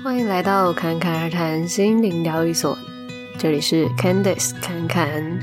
欢迎来到侃侃而谈心灵疗愈所，这里是 Candice 侃侃。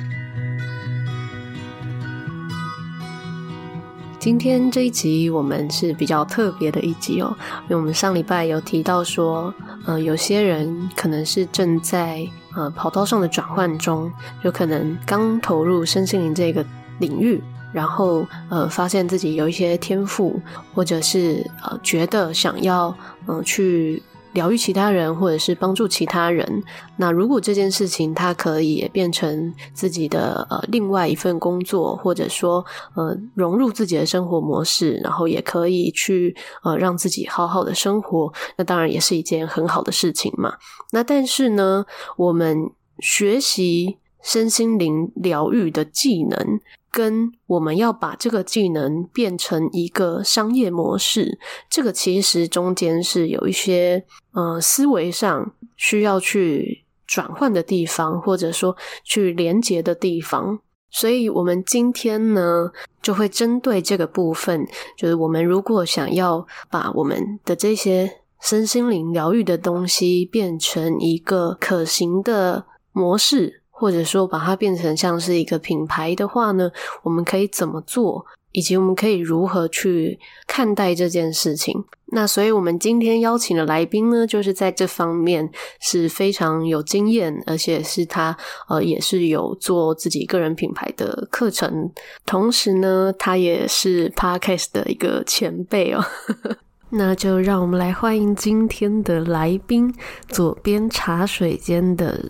今天这一集我们是比较特别的一集哦，因为我们上礼拜有提到说，有些人可能是正在跑道上的转换中，就可能刚投入身心灵这个领域，然后发现自己有一些天赋，或者是觉得想要去疗愈其他人，或者是帮助其他人。那如果这件事情它可以也变成自己的另外一份工作，或者说融入自己的生活模式，然后也可以去让自己好好的生活，那当然也是一件很好的事情嘛。那但是呢，我们学习身心灵疗愈的技能，跟我们要把这个技能变成一个商业模式，这个其实中间是有一些思维上需要去转换的地方，或者说去连结的地方。所以我们今天呢就会针对这个部分，就是我们如果想要把我们的这些身心灵疗愈的东西变成一个可行的模式，或者说把它变成像是一个品牌的话呢，我们可以怎么做，以及我们可以如何去看待这件事情。那所以我们今天邀请的来宾呢，就是在这方面是非常有经验，而且是他也是有做自己个人品牌的课程，同时呢他也是 Podcast 的一个前辈哦那就让我们来欢迎今天的来宾，左边茶水间的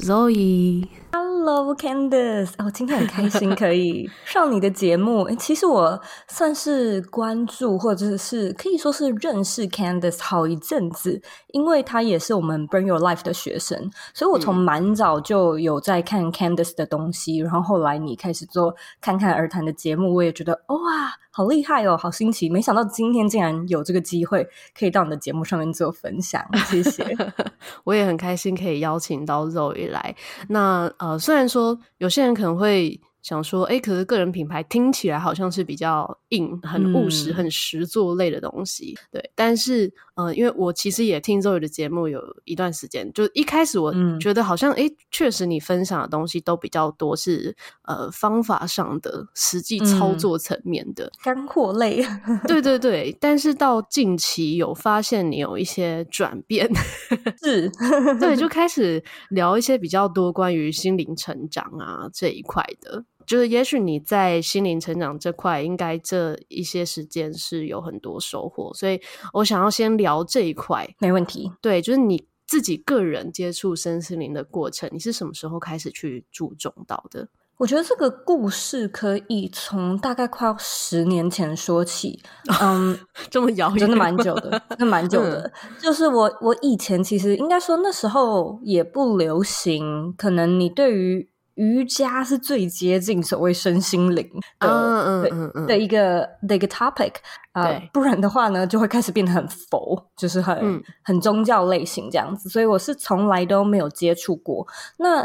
Zoe。Hello Candice， 今天很开心可以上你的节目。其实我算是关注或者是可以说是认识 Candice 好一阵子，因为他也是我们 Bring Your Life 的学生，所以我从蛮早就有在看 Candice 的东西，然后后来你开始做侃侃而谈的节目，我也觉得哇好厉害哦，好新奇，没想到今天竟然有这个机会可以到你的节目上面做分享，谢谢我也很开心可以邀请到 Zoe 来。那虽然说有些人可能会想说可是个人品牌听起来好像是比较硬，很务实，很实作类的东西，对。但是因为我其实也听 Zoe 的节目有一段时间，就一开始我觉得好像确实你分享的东西都比较多是方法上的实际操作层面的干货类对对对，但是到近期有发现你有一些转变是对，就开始聊一些比较多关于心灵成长啊这一块的，就是也许你在心灵成长这块应该这一些时间是有很多收获，所以我想要先聊这一块。 没问题。 对，就是你自己个人接触身心灵的过程，你是什么时候开始去注重到的？ 我觉得这个故事可以从大概快要10年前说起， 这么遥远， 真的蛮久的，真的蛮久的。就是我以前其实应该说那时候也不流行，可能你对于瑜伽是最接近所谓身心灵的一个 topic，不然的话呢就会开始变得很佛，就是很宗教类型这样子，所以我是从来都没有接触过。那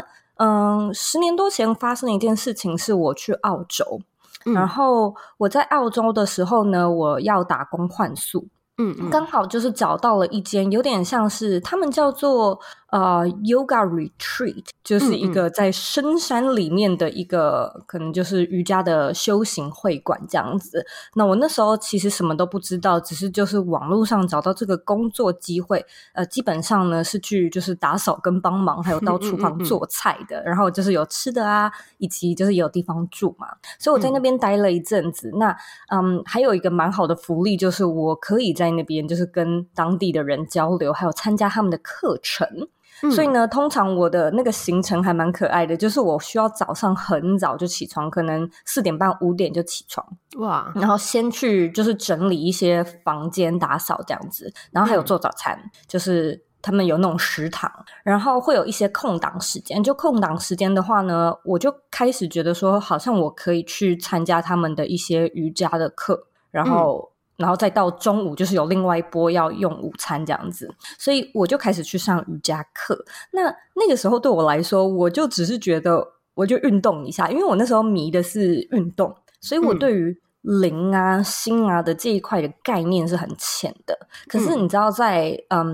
10年多前发生的一件事情是我去澳洲，然后我在澳洲的时候呢，我要打工换宿，刚好就是找到了一间有点像是他们叫做Yoga Retreat， 就是一个在深山里面的一个可能就是瑜伽的修行会馆这样子。那我那时候其实什么都不知道，只是就是网络上找到这个工作机会，基本上呢是去就是打扫跟帮忙，还有到厨房做菜的，然后就是有吃的啊，以及就是也有地方住嘛，所以我在那边待了一阵子。那还有一个蛮好的福利，就是我可以在那边就是跟当地的人交流，还有参加他们的课程。所以呢，通常我的那个行程还蛮可爱的，就是我需要早上很早就起床，可能4点半5点就起床，哇！然后先去就是整理一些房间打扫这样子，然后还有做早餐，就是他们有那种食堂，然后会有一些空档时间，就空档时间的话呢，我就开始觉得说好像我可以去参加他们的一些瑜伽的课，然后再到中午就是有另外一波要用午餐这样子，所以我就开始去上瑜伽课。那个时候对我来说，我就只是觉得我就运动一下，因为我那时候迷的是运动，所以我对于灵啊心啊的这一块的概念是很浅的。可是你知道在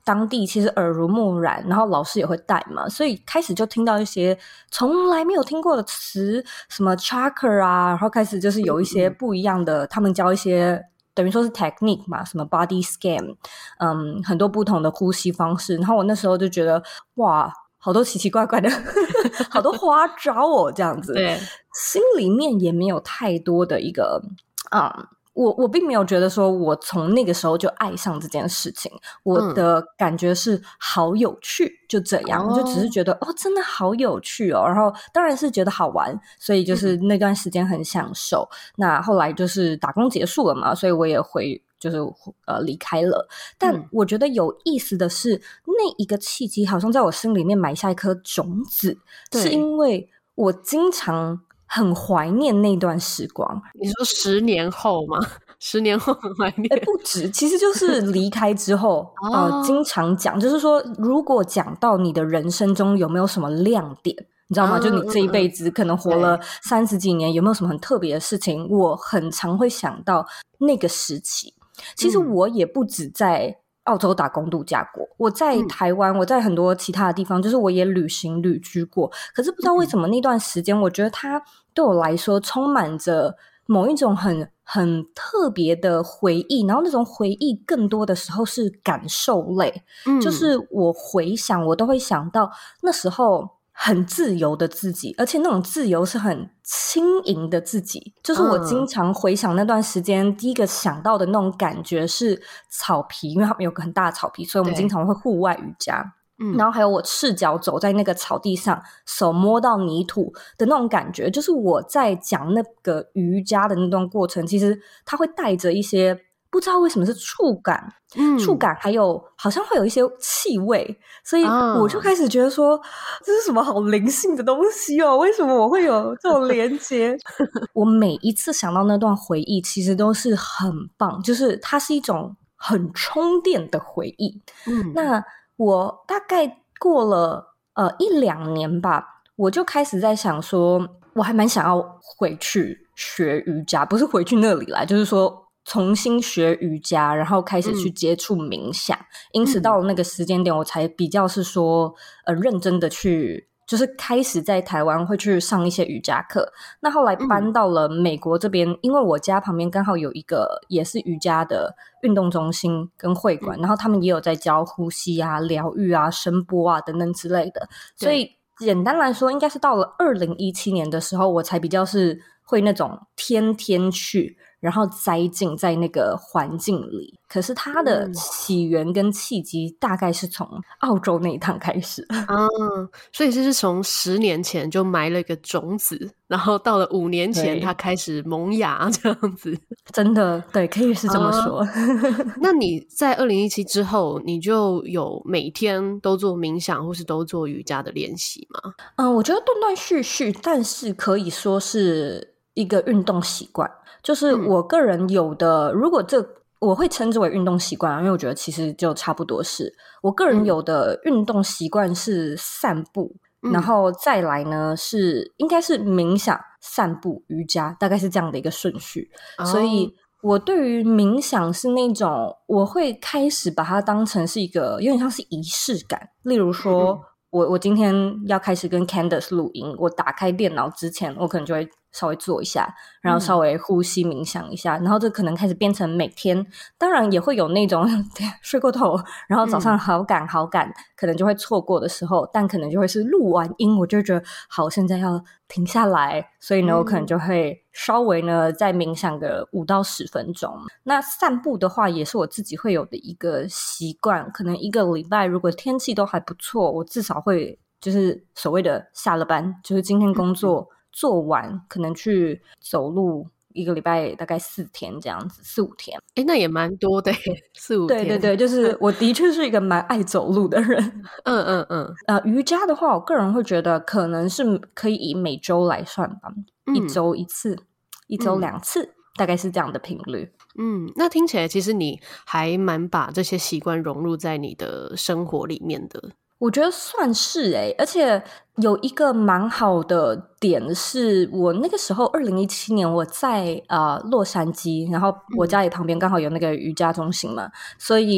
当地其实耳濡目染，然后老师也会带嘛，所以开始就听到一些从来没有听过的词，什么 chakra 啊，然后开始就是有一些不一样的，他们教一些等于说是 technique 嘛，什么 body scan， 很多不同的呼吸方式，然后我那时候就觉得哇，好多奇奇怪怪的好多花招哦，这样子， 对， 心里面也没有太多的一个我并没有觉得说我从那个时候就爱上这件事情，我的感觉是好有趣，就这样，就只是觉得真的好有趣哦，然后当然是觉得好玩，所以就是那段时间很享受。那后来就是打工结束了嘛，所以我也就是离开了。但我觉得有意思的是，那一个契机好像在我心里面埋下一颗种子，是因为我经常很怀念那段时光。 你说10年后吗？10年后很怀念？ 不止，其实就是离开之后经常讲，就是说如果讲到你的人生中有没有什么亮点，你知道吗？就你这一辈子可能活了30几年，有没有什么很特别的事情，我很常会想到那个时期。其实我也不止在澳洲打工度假过，我在台湾，我在很多其他的地方，就是我也旅居过。可是不知道为什么那段时间，我觉得它对我来说充满着某一种很特别的回忆，然后那种回忆更多的时候是感受类，就是我回想，我都会想到那时候很自由的自己，而且那种自由是很轻盈的自己，就是我经常回想那段时间，第一个想到的那种感觉是草皮，因为他们有个很大的草皮，所以我们经常会户外瑜伽，然后还有我赤脚走在那个草地上，手摸到泥土的那种感觉，就是我在讲那个瑜伽的那段过程，其实它会带着一些不知道为什么是触感，还有好像会有一些气味，所以我就开始觉得说这是什么好灵性的东西哦，为什么我会有这种连结我每一次想到那段回忆其实都是很棒，就是它是一种很充电的回忆。那我大概过了1-2年吧，我就开始在想说我还蛮想要回去学瑜伽，不是回去那里啦，就是说重新学瑜伽，然后开始去接触冥想，因此到了那个时间点我才比较是说认真的去就是开始在台湾会去上一些瑜伽课。那后来搬到了美国这边，因为我家旁边刚好有一个也是瑜伽的运动中心跟会馆，然后他们也有在教呼吸啊、疗愈啊、声波啊等等之类的，所以简单来说应该是到了2017年的时候我才比较是会那种天天去然后栽进在那个环境里。可是它的起源跟契机大概是从澳洲那一趟开始所以这是从10年前就埋了一个种子，然后到了5年前它开始萌芽这样子。 真的，对，可以是这么说那你在2017之后你就有每天都做冥想或是都做瑜伽的练习吗？ 我觉得断断续续，但是可以说是一个运动习惯，就是我个人有的如果我会称之为运动习惯因为我觉得其实就差不多是我个人有的运动习惯是散步然后再来呢是应该是冥想、散步、瑜伽，大概是这样的一个顺序所以我对于冥想是那种我会开始把它当成是一个有点像是仪式感，例如说我今天要开始跟 Candace 录音，我打开电脑之前我可能就会稍微做一下，然后稍微呼吸冥想一下然后这可能开始变成每天，当然也会有那种睡过头然后早上好赶可能就会错过的时候，但可能就会是录完音我就会觉得好现在要停下来，所以呢我可能就会稍微呢再冥想个5到10分钟。那散步的话也是我自己会有的一个习惯，可能一个礼拜如果天气都还不错，我至少会就是所谓的下了班，就是今天工作做完可能去走路一个礼拜大概4天这样子，4-5天那也蛮多的4-5天。 对对对，就是我的确是一个蛮爱走路的人瑜伽的话我个人会觉得可能是可以以每周来算吧，1周1次1周2次大概是这样的频率。 那听起来其实你还蛮把这些习惯融入在你的生活里面的。 我觉得算是而且有一个蛮好的点是我那个时候2017年我在洛杉矶，然后我家里旁边刚好有那个瑜伽中心嘛，所以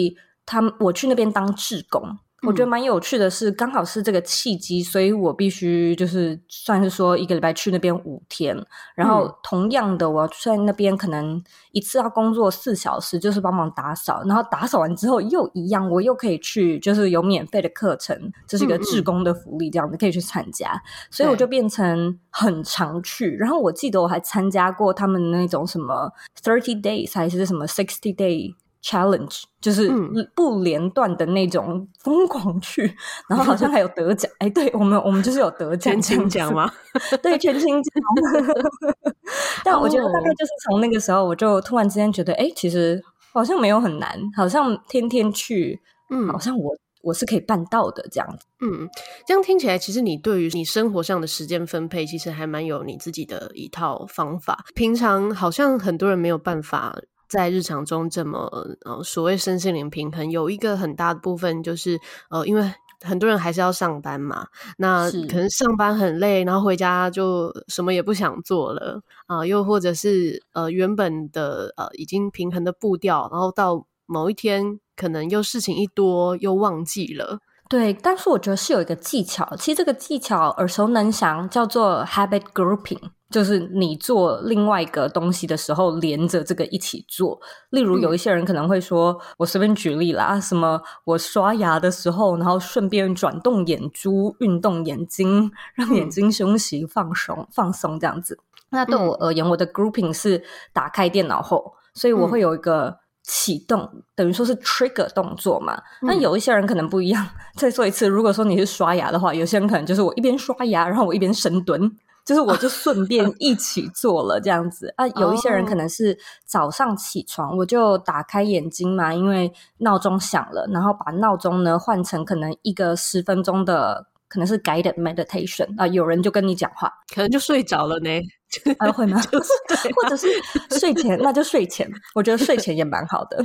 我去那边当志工。我觉得蛮有趣的是，刚好是这个契机，所以我必须就是算是说一个礼拜去那边5天，然后同样的我在那边可能一次要工作4小时，就是帮忙打扫，然后打扫完之后又一样，我又可以去就是有免费的课程，这是一个志工的福利，这样子可以去参加，所以我就变成很常去。然后我记得我还参加过他们那种什么30 days 还是什么60 day challenge， 就是不连断的那种疯狂去，然后好像还有得奖。对，我们就是有得奖， 全勤奖吗？ 对，全勤奖。但我觉得大概就是从那个时候，我就突然之间觉得，其实好像没有很难，好像天天去，好像我是可以办到的这样子。 这样听起来，其实你对于你生活上的时间分配，其实还蛮有你自己的一套方法。平常好像很多人没有办法在日常中这么所谓身心灵平衡，有一个很大的部分就是因为很多人还是要上班嘛，那可能上班很累，然后回家就什么也不想做了又或者是原本的已经平衡的步调，然后到某一天可能又事情一多又忘记了。 对，但是我觉得是有一个技巧，其实这个技巧耳熟能详，叫做 habit grouping， 就是你做另外一个东西的时候连着这个一起做。例如有一些人可能会说，我随便举例啦，什么我刷牙的时候，然后顺便转动眼珠，运动眼睛，让眼睛休息放松这样子。那对我而言，我的 grouping 是打开电脑后，所以我会有一个启动，等于说是 trigger 动作嘛。那有一些人可能不一样，再说一次，如果说你是刷牙的话，有些人可能就是我一边刷牙，然后我一边深蹲，就是我就顺便一起做了这样子有一些人可能是早上起床我就打开眼睛嘛，因为闹钟响了，然后把闹钟呢换成可能一个10分钟的可能是 guided meditation 有人就跟你讲话， 可能就睡着了呢会吗？或者是睡前，那就睡前，我觉得睡前也蛮好的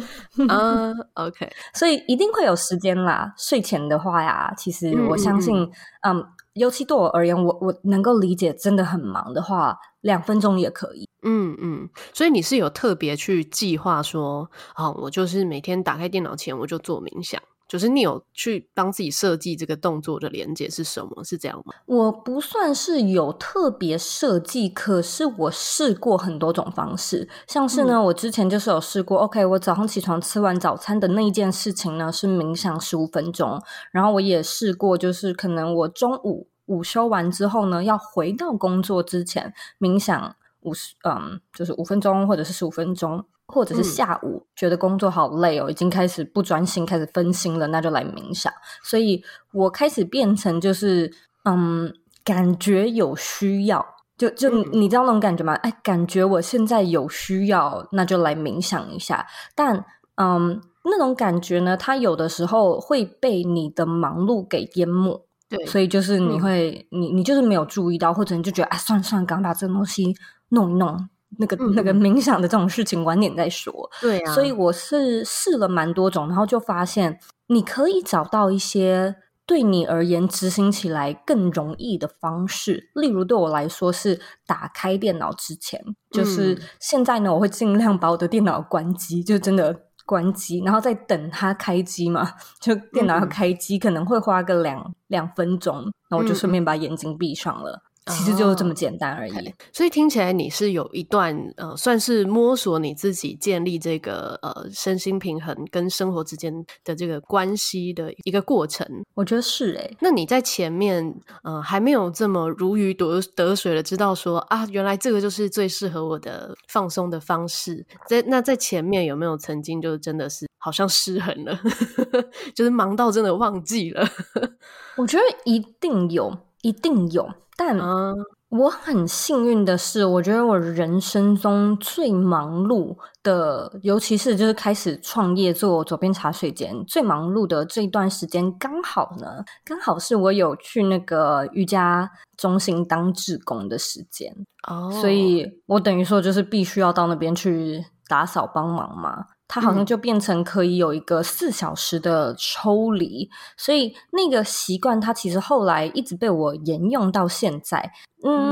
OK， 所以一定会有时间啦。睡前的话呀，其实我相信尤其对我而言，我能够理解真的很忙的话2分钟也可以。 所以你是有特别去计划说我就是每天打开电脑前我就做冥想，就是你有去帮自己设计这个动作的连结是什么？是这样吗？ 我不算是有特别设计，可是我试过很多种方式。像是呢，我之前就是有试过 OK， 我早上起床吃完早餐的那一件事情呢是冥想15分钟，然后我也试过就是可能我中午午休完之后呢要回到工作之前冥想就是5分钟或者是15分钟，或者是下午觉得工作好累已经开始不专心开始分心了，那就来冥想。所以我开始变成就是感觉有需要，就你知道那种感觉吗？感觉我现在有需要，那就来冥想一下。但那种感觉呢，它有的时候会被你的忙碌给淹没。对，所以就是你会你就是没有注意到，或者你就觉得算了，赶快把这个东西弄一弄，那个冥想的这种事情晚点再说。对啊，所以我是试了蛮多种，然后就发现你可以找到一些对你而言执行起来更容易的方式。例如对我来说是打开电脑之前，就是现在呢我会尽量把我的电脑关机，就真的关机，然后再等它开机嘛，就电脑要开机可能会花个2分钟，那我就顺便把眼睛闭上了。其实就是这么简单而已。 所以听起来你是有一段算是摸索你自己建立这个身心平衡跟生活之间的这个关系的一个过程。 我觉得是那你在前面还没有这么如鱼得水的知道说原来这个就是最适合我的放松的方式，那在前面有没有曾经就真的是好像失衡了就是忙到真的忘记了我觉得一定有，但我很幸运的是，我觉得我人生中最忙碌的，尤其是就是开始创业做左边茶水间最忙碌的这一段时间，刚好是我有去那个瑜伽中心当志工的时间所以我等于说就是必须要到那边去打扫帮忙嘛，它好像就变成可以有一个4小时的抽离，所以那个习惯它其实后来一直被我沿用到现在。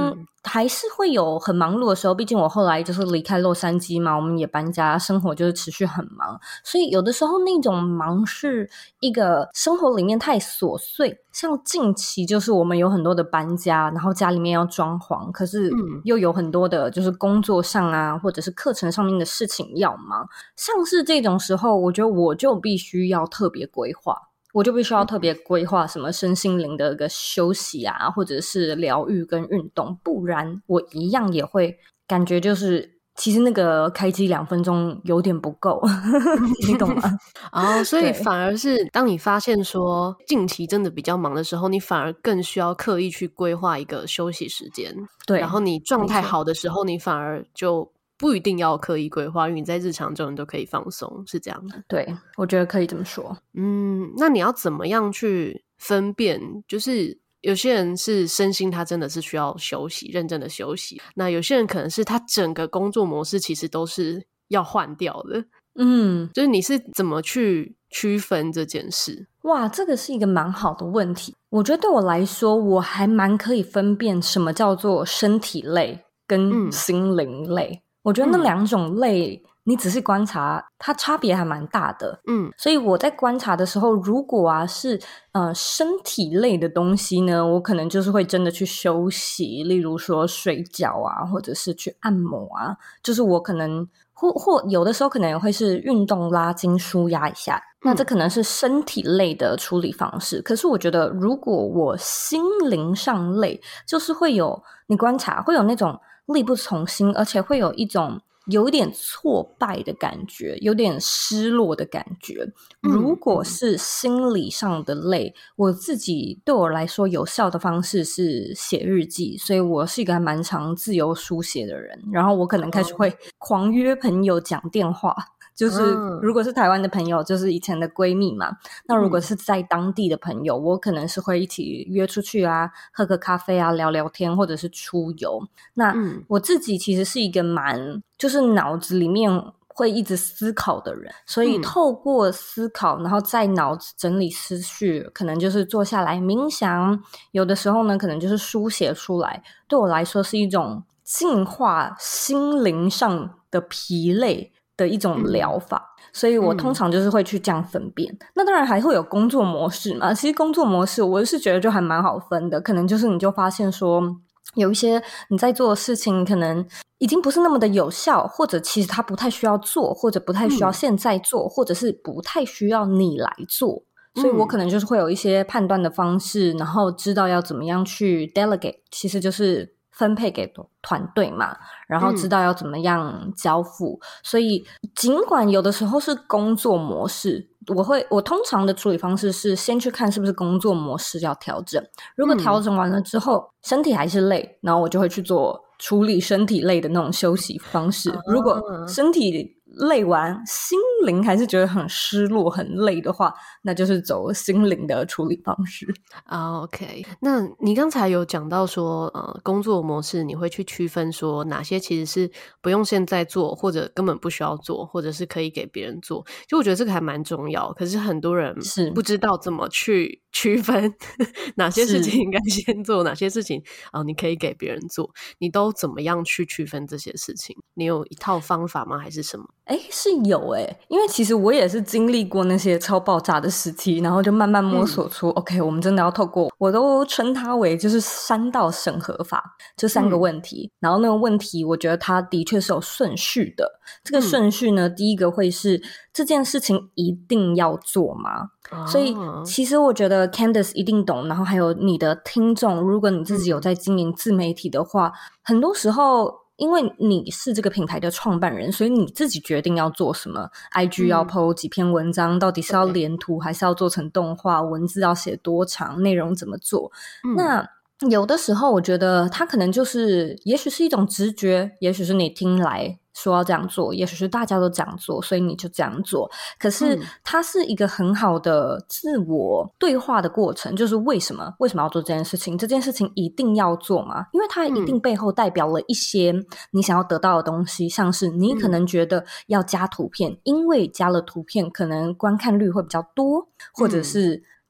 还是会有很忙碌的时候，毕竟我后来就是离开洛杉矶嘛，我们也搬家，生活就是持续很忙，所以有的时候那种忙是一个生活里面太琐碎，像近期就是我们有很多的搬家，然后家里面要装潢，可是又有很多的就是工作上啊或者是课程上面的事情要忙，像是这种时候我觉得我就必须要特别规划，什么身心灵的一个休息啊，或者是疗愈跟运动，不然我一样也会感觉就是其实那个开机2分钟有点不够你懂吗？ 所以反而是当你发现说近期真的比较忙的时候，你反而更需要刻意去规划一个休息时间。 对， 然后你状态好的时候，你反而就不一定要刻意规划，因为你在日常中你都可以放松，是这样的。 对，我觉得可以这么说。 那你要怎么样去分辨，就是有些人是身心他真的是需要休息，认真的休息，那有些人可能是他整个工作模式其实都是要换掉的。就是你是怎么去区分这件事？ 哇，这个是一个蛮好的问题。我觉得对我来说，我还蛮可以分辨什么叫做身体累跟心灵累。我觉得那两种累你仔细观察它差别还蛮大的。所以我在观察的时候，如果是身体类的东西呢，我可能就是会真的去休息，例如说睡觉啊，或者是去按摩啊，就是我可能或有的时候可能也会是运动拉筋舒压一下，那这可能是身体类的处理方式。可是我觉得如果我心灵上累，就是会有你观察会有那种力不从心，而且会有一种有点挫败的感觉，有点失落的感觉。如果是心理上的累，我自己对我来说有效的方式是写日记，所以我是一个还蛮常自由书写的人，然后我可能开始会狂约朋友讲电话，就是如果是台湾的朋友就是以前的闺蜜嘛，那如果是在当地的朋友，我可能是会一起约出去啊，喝个咖啡啊，聊聊天，或者是出游。那我自己其实是一个蛮就是脑子里面会一直思考的人，所以透过思考然后在脑子整理思绪，可能就是坐下来冥想，有的时候呢可能就是书写出来，对我来说是一种净化心灵上的疲累的一种疗法。所以我通常就是会去这样分辨。那当然还会有工作模式嘛，其实工作模式我是觉得就还蛮好分的，可能就是你就发现说有一些你在做的事情可能已经不是那么的有效，或者其实它不太需要做，或者不太需要现在做，或者是不太需要你来做，所以我可能就是会有一些判断的方式，然后知道要怎么样去 delegate， 其实就是分配给团队嘛，然后知道要怎么样交付。所以尽管有的时候是工作模式，我通常的处理方式是先去看是不是工作模式要调整，如果调整完了之后身体还是累，然后我就会去做处理身体累的那种休息方式。如果身体累完心灵还是觉得很失落很累的话，那就是走心灵的处理方式。 OK， 那你刚才有讲到说工作模式你会去区分说哪些其实是不用现在做，或者根本不需要做，或者是可以给别人做，就我觉得这个还蛮重要，可是很多人不知道怎么去区分哪些事情应该先做，哪些事情你可以给别人做，你都怎么样去区分这些事情？你有一套方法吗？还是什么？ 是有因为其实我也是经历过那些超爆炸的时期，然后就慢慢摸索出OK，我们真的要透过，我都称它为就是3道审核法，就3个问题，然后那个问题我觉得它的确是有顺序的。这个顺序呢，第一个会是这件事情一定要做吗？所以其实我觉得 Candice 一定懂，然后还有你的听众，如果你自己有在经营自媒体的话，很多时候因为你是这个品牌的创办人，所以你自己决定要做什么， IG 要 po 几篇文章，到底是要连图还是要做成动画，文字要写多长，内容怎么做。那有的时候我觉得它可能就是也许是一种直觉，也许是你听来说要这样做，也许是大家都这样做，所以你就这样做。可是它是一个很好的自我对话的过程，就是为什么要做这件事情，这件事情一定要做吗？因为它一定背后代表了一些你想要得到的东西，像是你可能觉得要加图片，因为加了图片可能观看率会比较多，或者是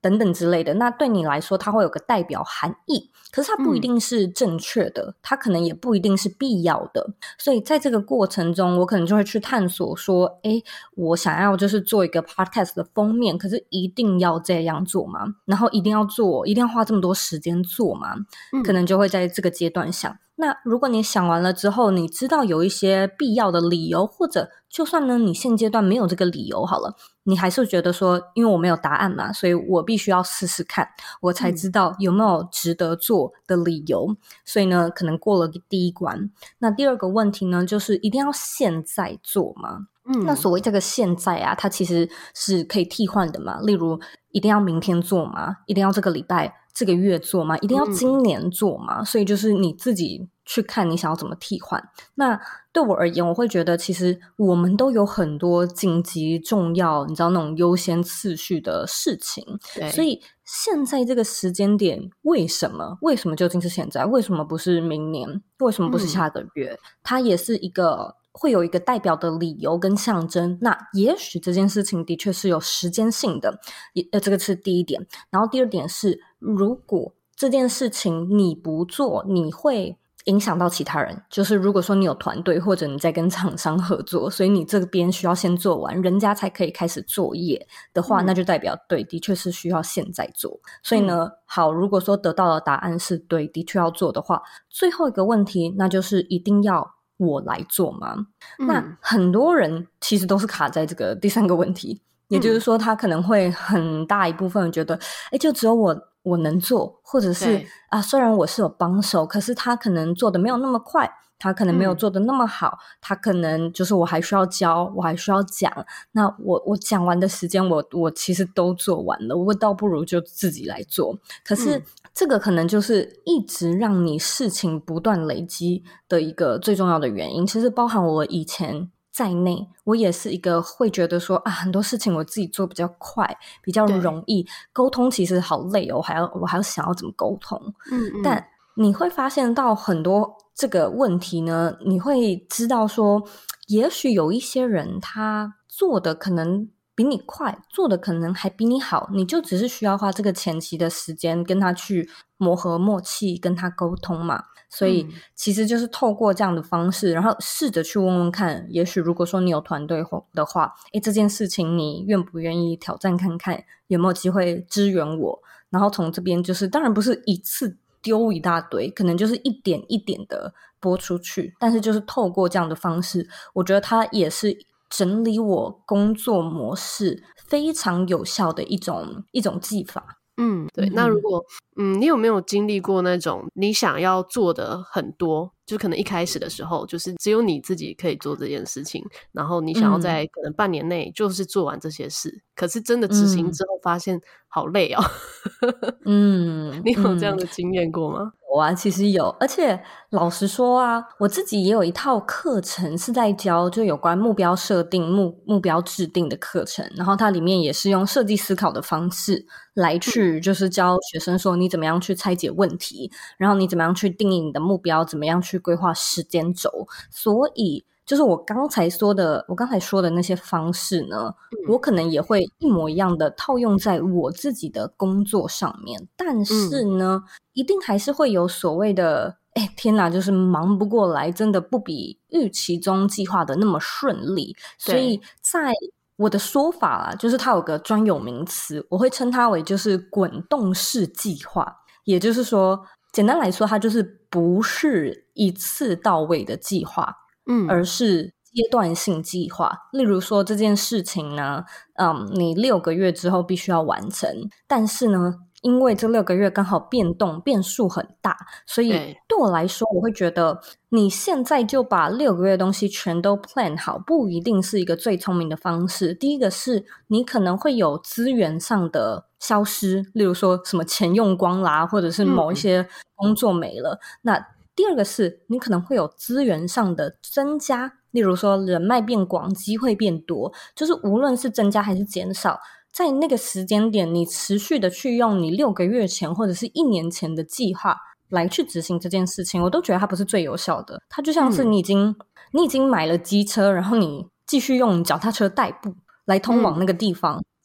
等等之类的，那对你来说它会有个代表含义，可是它不一定是正确的，它可能也不一定是必要的。所以在这个过程中，我可能就会去探索说，我想要就是做一个 podcast 的封面，可是一定要这样做吗？然后一定要花这么多时间做吗？可能就会在这个阶段想。那如果你想完了之后，你知道有一些必要的理由，或者就算呢你现阶段没有这个理由好了，你还是觉得说因为我没有答案嘛，所以我必须要试试看，我才知道有没有值得做的理由，所以呢可能过了第一关。那第二个问题呢，就是一定要现在做吗？那所谓这个现在啊，它其实是可以替换的嘛，例如一定要明天做吗？一定要这个礼拜这个月做吗？一定要今年做吗？所以就是你自己去看你想要怎么替换。那对我而言，我会觉得其实我们都有很多紧急重要，你知道那种优先次序的事情，所以现在这个时间点为什么究竟是现在？为什么不是明年？为什么不是下个月？它也是会有一个代表的理由跟象征，那也许这件事情的确是有时间性的，这个是第一点。然后第二点是，如果这件事情你不做，你会影响到其他人，就是如果说你有团队或者你在跟厂商合作，所以你这边需要先做完，人家才可以开始作业的话，那就代表对，的确是需要现在做。所以呢，好，如果说得到的答案是对，的确要做的话，最后一个问题那就是一定要我来做吗？那很多人其实都是卡在这个第三个问题，也就是说他可能会很大一部分觉得就只有我能做，或者是虽然我是有帮手，可是他可能做的没有那么快，他可能没有做的那么好，他可能就是我还需要教，我还需要讲，那我讲完的时间我其实都做完了，我倒不如就自己来做。可是这个可能就是一直让你事情不断累积的一个最重要的原因。其实包含我以前在内，我也是一个会觉得说很多事情我自己做比较快，比较容易，沟通其实好累哦，我还要想要怎么沟通。但你会发现到很多这个问题呢，你会知道说也许有一些人他做的可能比你快，做的可能还比你好，你就只是需要花这个前期的时间跟他去磨合默契，跟他沟通嘛。所以其实就是透过这样的方式，然后试着去问问看，也许如果说你有团队的话，这件事情你愿不愿意挑战看看，有没有机会支援我，然后从这边就是当然不是一次丢一大堆，可能就是一点一点的播出去，但是就是透过这样的方式，我觉得它也是整理我工作模式非常有效的一种技法。 对。那如果你有没有经历过那种你想要做的很多，就可能一开始的时候就是只有你自己可以做这件事情，然后你想要在可能半年内就是做完这些事，可是真的执行之后发现好累哦。你有这样的经验过吗？ 有啊，其实有，而且老实说啊，我自己也有一套课程是在教就有关目标设定、目标制定的课程，然后它里面也是用设计思考的方式来去就是教学生说你怎么样去拆解问题，然后你怎么样去定义你的目标，怎么样去规划时间轴。所以就是我刚才说的那些方式呢，我可能也会一模一样的套用在我自己的工作上面，但是呢一定还是会有所谓的天哪，就是忙不过来，真的不比预期中计划的那么顺利。所以在我的说法啦，就是它有个专有名词，我会称它为就是滚动式计划。也就是说，简单来说，它就是不是一次到位的计划，而是阶段性计划。例如说这件事情呢，你6个月之后必须要完成，但是呢因为这6个月刚好变数很大，所以对我来说，我会觉得你现在就把6个月的东西全都 plan 好，不一定是一个最聪明的方式。第一个是你可能会有资源上的消失，例如说什么钱用光啦，或者是某一些工作没了。那第二个是你可能会有资源上的增加，例如说人脉变广，机会变多，就是无论是增加还是减少，在那个时间点你持续的去用你6个月前或者是1年前的计划来去执行这件事情，我都觉得它不是最有效的。它就像是你已经买了机车，然后你继续用脚踏车代步来通往那个地方，其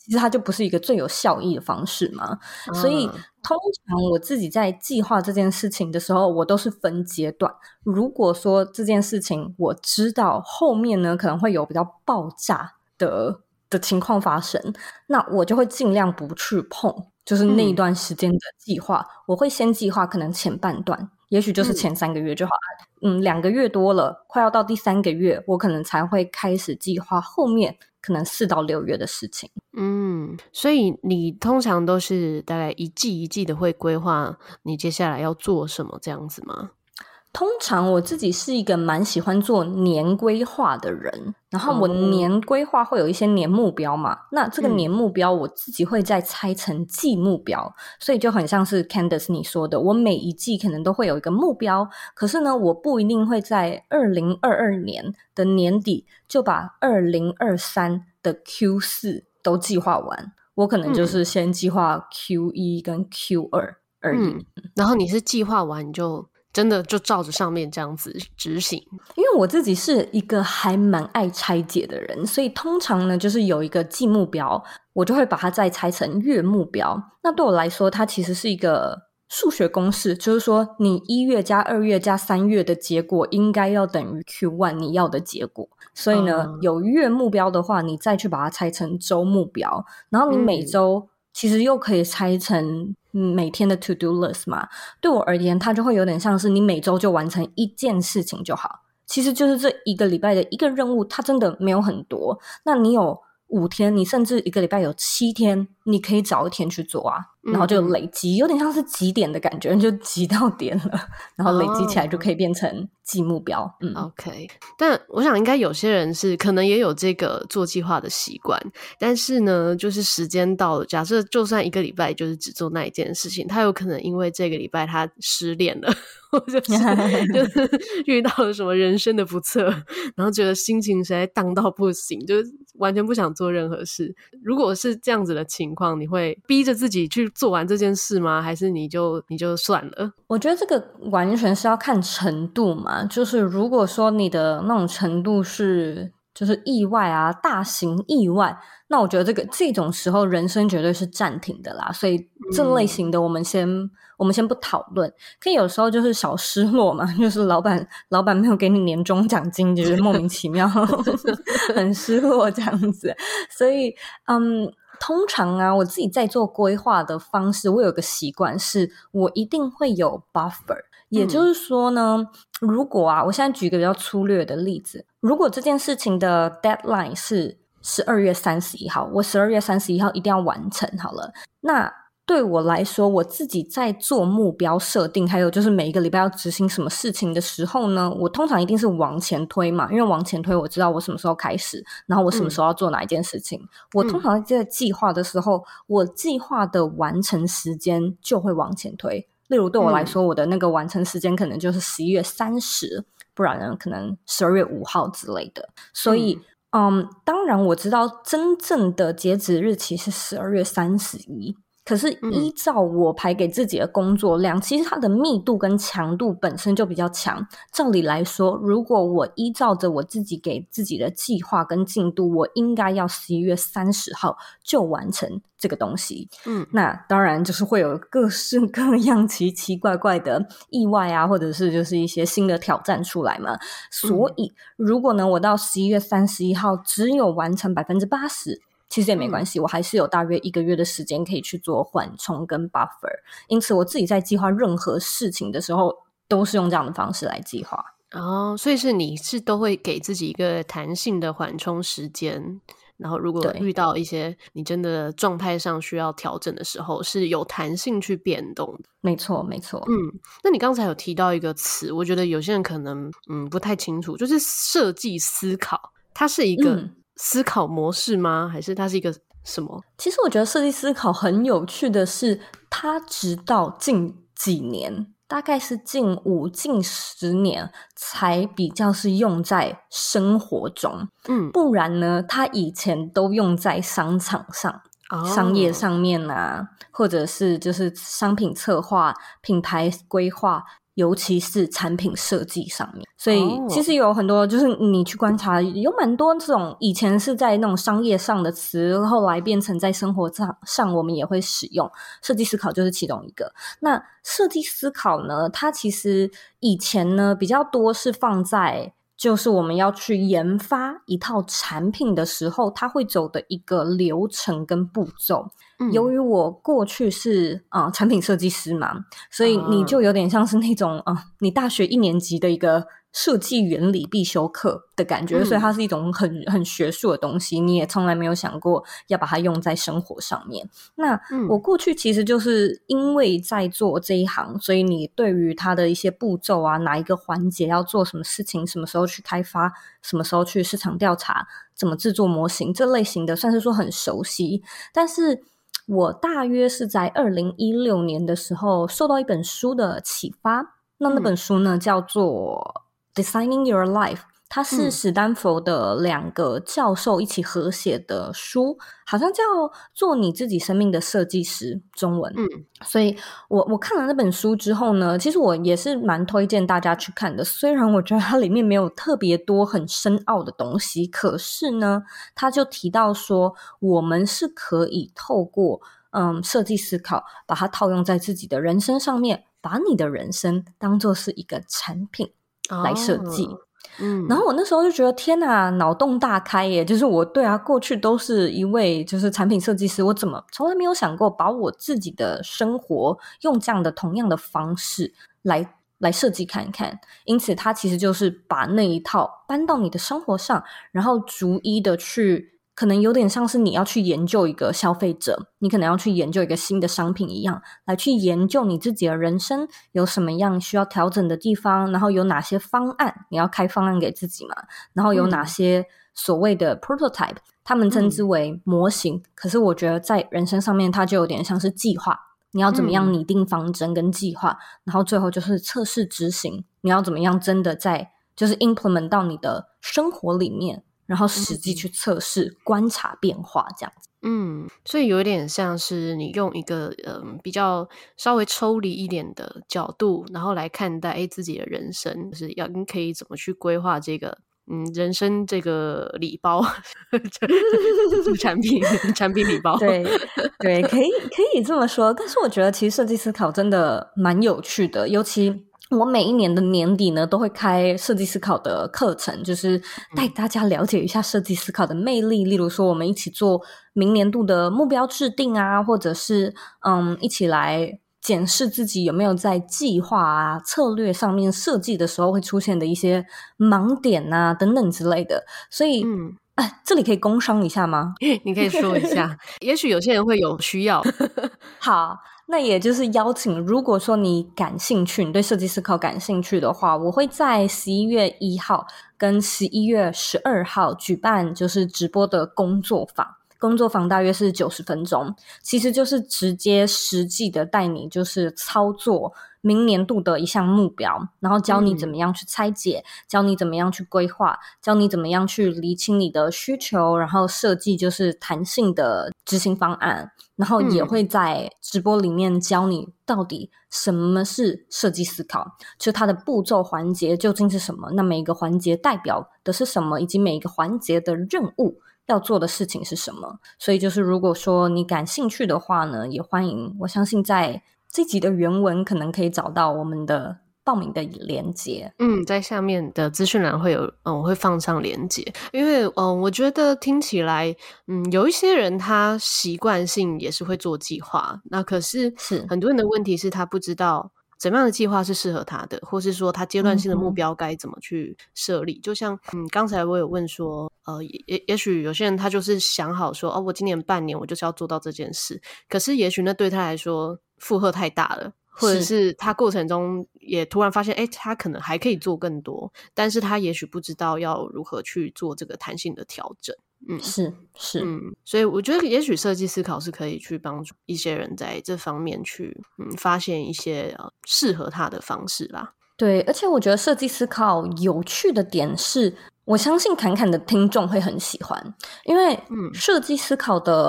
其实它就不是一个最有效益的方式嘛。所以通常我自己在计划这件事情的时候，我都是分阶段。如果说这件事情我知道后面呢可能会有比较爆炸的情况发生，那我就会尽量不去碰，就是那一段时间的计划，我会先计划可能前半段，也许就是前3个月就好了。2个月多了，快要到第3个月，我可能才会开始计划后面可能4到6月的事情。 所以你通常都是大概一季一季的会规划你接下来要做什么这样子吗？ 通常我自己是一个蛮喜欢做年规划的人，然后我年规划会有一些年目标嘛，那这个年目标我自己会再拆成季目标，所以就很像是 Candace 你说的，我每一季可能都会有一个目标，可是呢我不一定会在2022年的年底就把2023的 Q4 都计划完，我可能就是先计划 Q1 跟 Q2 而已。 然后你是计划完你就真的就照着上面这样子执行？ 因为我自己是一个还蛮爱拆解的人，所以通常呢就是有一个季目标，我就会把它再拆成月目标。那对我来说它其实是一个数学公式，就是说你1月加2月加3月的结果应该要等于 Q1 你要的结果，所以呢有月目标的话你再去把它拆成周目标，然后你每周其实又可以拆成每天的 to do list 嘛。对我而言它就会有点像是你每周就完成一件事情就好，其实就是这一个礼拜的一个任务，它真的没有很多，那你有5天，你甚至一个礼拜有7天，你可以找一天去做啊，然后就累积，有点像是集点的感觉，你就集到点了，然后累积起来就可以变成季目标。 OK， 但我想应该有些人是可能也有这个做计划的习惯，但是呢就是时间到了，假设就算一个礼拜就是只做那一件事情，他有可能因为这个礼拜他失恋了或者是就是遇到了什么人生的不测，然后觉得心情实在荡到不行，就是完全不想做任何事。如果是这样子的情况，你会逼着自己去做完这件事吗？还是你就算了？ 我觉得这个完全是要看程度嘛，就是如果说你的那种程度是就是意外啊，大型意外，那我觉得这种时候人生绝对是暂停的啦，所以这类型的我们先不讨论。可以有时候就是小失落嘛，就是老板没有给你年终奖金，就是莫名其妙很失落这样子。所以通常啊我自己在做规划的方式，我有个习惯是我一定会有 buffer， 也就是说呢如果啊我现在举一个比较粗略的例子，如果这件事情的 deadline 是12月31号，我12月31号一定要完成好了，那对我来说我自己在做目标设定还有就是每一个礼拜要执行什么事情的时候呢，我通常一定是往前推嘛，因为往前推我知道我什么时候开始，然后我什么时候要做哪一件事情，我通常在计划的时候我计划的完成时间就会往前推。例如对我来说我的那个完成时间可能就是11月30，不然呢可能12月5号之类的。所以当然我知道真正的截止日期是12月31，可是依照我排给自己的工作量，其实它的密度跟强度本身就比较强。照理来说，如果我依照着我自己给自己的计划跟进度，我应该要11月30号就完成这个东西。那当然就是会有各式各样奇奇怪怪的意外啊，或者是就是一些新的挑战出来嘛。所以如果呢我到11月31号只有完成 80%，其实也没关系，我还是有大约1个月的时间可以去做缓冲跟 buffer， 因此我自己在计划任何事情的时候都是用这样的方式来计划。 所以是你是都会给自己一个弹性的缓冲时间，然后如果遇到一些你真的状态上需要调整的时候是有弹性去变动的。 没错没错。 那你刚才有提到一个词，我觉得有些人可能不太清楚，就是设计思考，它是一个思考模式吗？还是它是一个什么？ 其实我觉得设计思考很有趣的是，它直到近几年，大概是近5近10年才比较是用在生活中。不然呢它以前都用在商场上，商业上面啊，或者是就是商品策划、品牌规划， 尤其是产品设计上面。所以其实有很多就是你去观察，有蛮多这种以前是在那种商业上的词，后来变成在生活上我们也会使用，设计思考就是其中一个。那设计思考呢，它其实以前呢比较多是放在就是我们要去研发一套产品的时候，它会走的一个流程跟步骤。由于我过去是产品设计师嘛，所以你就有点像是那种你大学1年级的一个设计原理必修课的感觉，所以它是一种很学术的东西，你也从来没有想过要把它用在生活上面。那我过去其实就是因为在做这一行，所以你对于它的一些步骤啊，哪一个环节要做什么事情，什么时候去开发，什么时候去市场调查，怎么制作模型，这类型的算是说很熟悉。但是我大约是在2016年的时候受到一本书的启发，那本书呢叫做Designing Your Life， 它是史丹佛的2个教授一起合写的书，好像叫做你自己生命的设计师，中文。所以我看了那本书之后呢，其实我也是蛮推荐大家去看的，虽然我觉得它里面没有特别多很深奥的东西，可是呢他就提到说我们是可以透过设计思考把它套用在自己的人生上面，把你的人生当作是一个产品来设计。然后我那时候就觉得天哪，脑洞大开耶，就是我过去都是一位就是产品设计师，我怎么从来没有想过把我自己的生活用这样的同样的方式来设计看看。因此它其实就是把那一套搬到你的生活上，然后逐一的去，可能有点像是你要去研究一个消费者，你可能要去研究一个新的商品一样，来去研究你自己的人生有什么样需要调整的地方，然后有哪些方案，你要开方案给自己嘛，然后有哪些所谓的 prototype，他们称之为模型，可是我觉得在人生上面它就有点像是计划，你要怎么样拟定方针跟计划，然后最后就是测试执行，你要怎么样真的在就是 implement 到你的生活里面，然后实际去测试观察变化这样子。 所以有点像是你用一个比较稍微抽离一点的角度，然后来看待自己的人生，就是你可以怎么去规划这个人生这个礼包这个产品礼包。 对，可以这么说。但是我觉得其实设计思考真的蛮有趣的，尤其我每一年的年底呢都会开设计思考的课程，就是带大家了解一下设计思考的魅力，例如说我们一起做明年度的目标制定啊，或者是一起来检视自己有没有在计划啊策略上面设计的时候会出现的一些盲点啊等等之类的。所以这里可以工商一下吗？ 你可以说一下也许有些人会有需要。 好，那也就是邀请，如果说你感兴趣，你对设计思考感兴趣的话，我会在11月1号跟11月12号举办就是直播的工作坊大约是90分钟，其实就是直接实际的带你就是操作明年度的一项目标，然后教你怎么样去拆解，教你怎么样去规划，教你怎么样去厘清你的需求，然后设计就是弹性的执行方案，然后也会在直播里面教你到底什么是设计思考，就它的步骤环节究竟是什么，那每一个环节代表的是什么，以及每一个环节的任务要做的事情是什么。所以就是如果说你感兴趣的话呢，也欢迎，我相信在这集的原文可能可以找到我们的报名的连结。 在下面的资讯栏会有我会放上连结。因为我觉得听起来有一些人他习惯性也是会做计划，那可是很多人的问题是他不知道怎么样的计划是适合他的，或是说他阶段性的目标该怎么去设立。就像刚才我有问说也许有些人他就是想好说我今年半年我就是要做到这件事，可是也许那对他来说负荷太大了，或者是他过程中也突然发现他可能还可以做更多，但是他也许不知道要如何去做这个弹性的调整。所以我觉得也许设计思考是可以去帮助一些人在这方面去发现一些适合他的方式啦。 对，而且我觉得设计思考有趣的点是，我相信侃侃的听众会很喜欢，因为设计思考的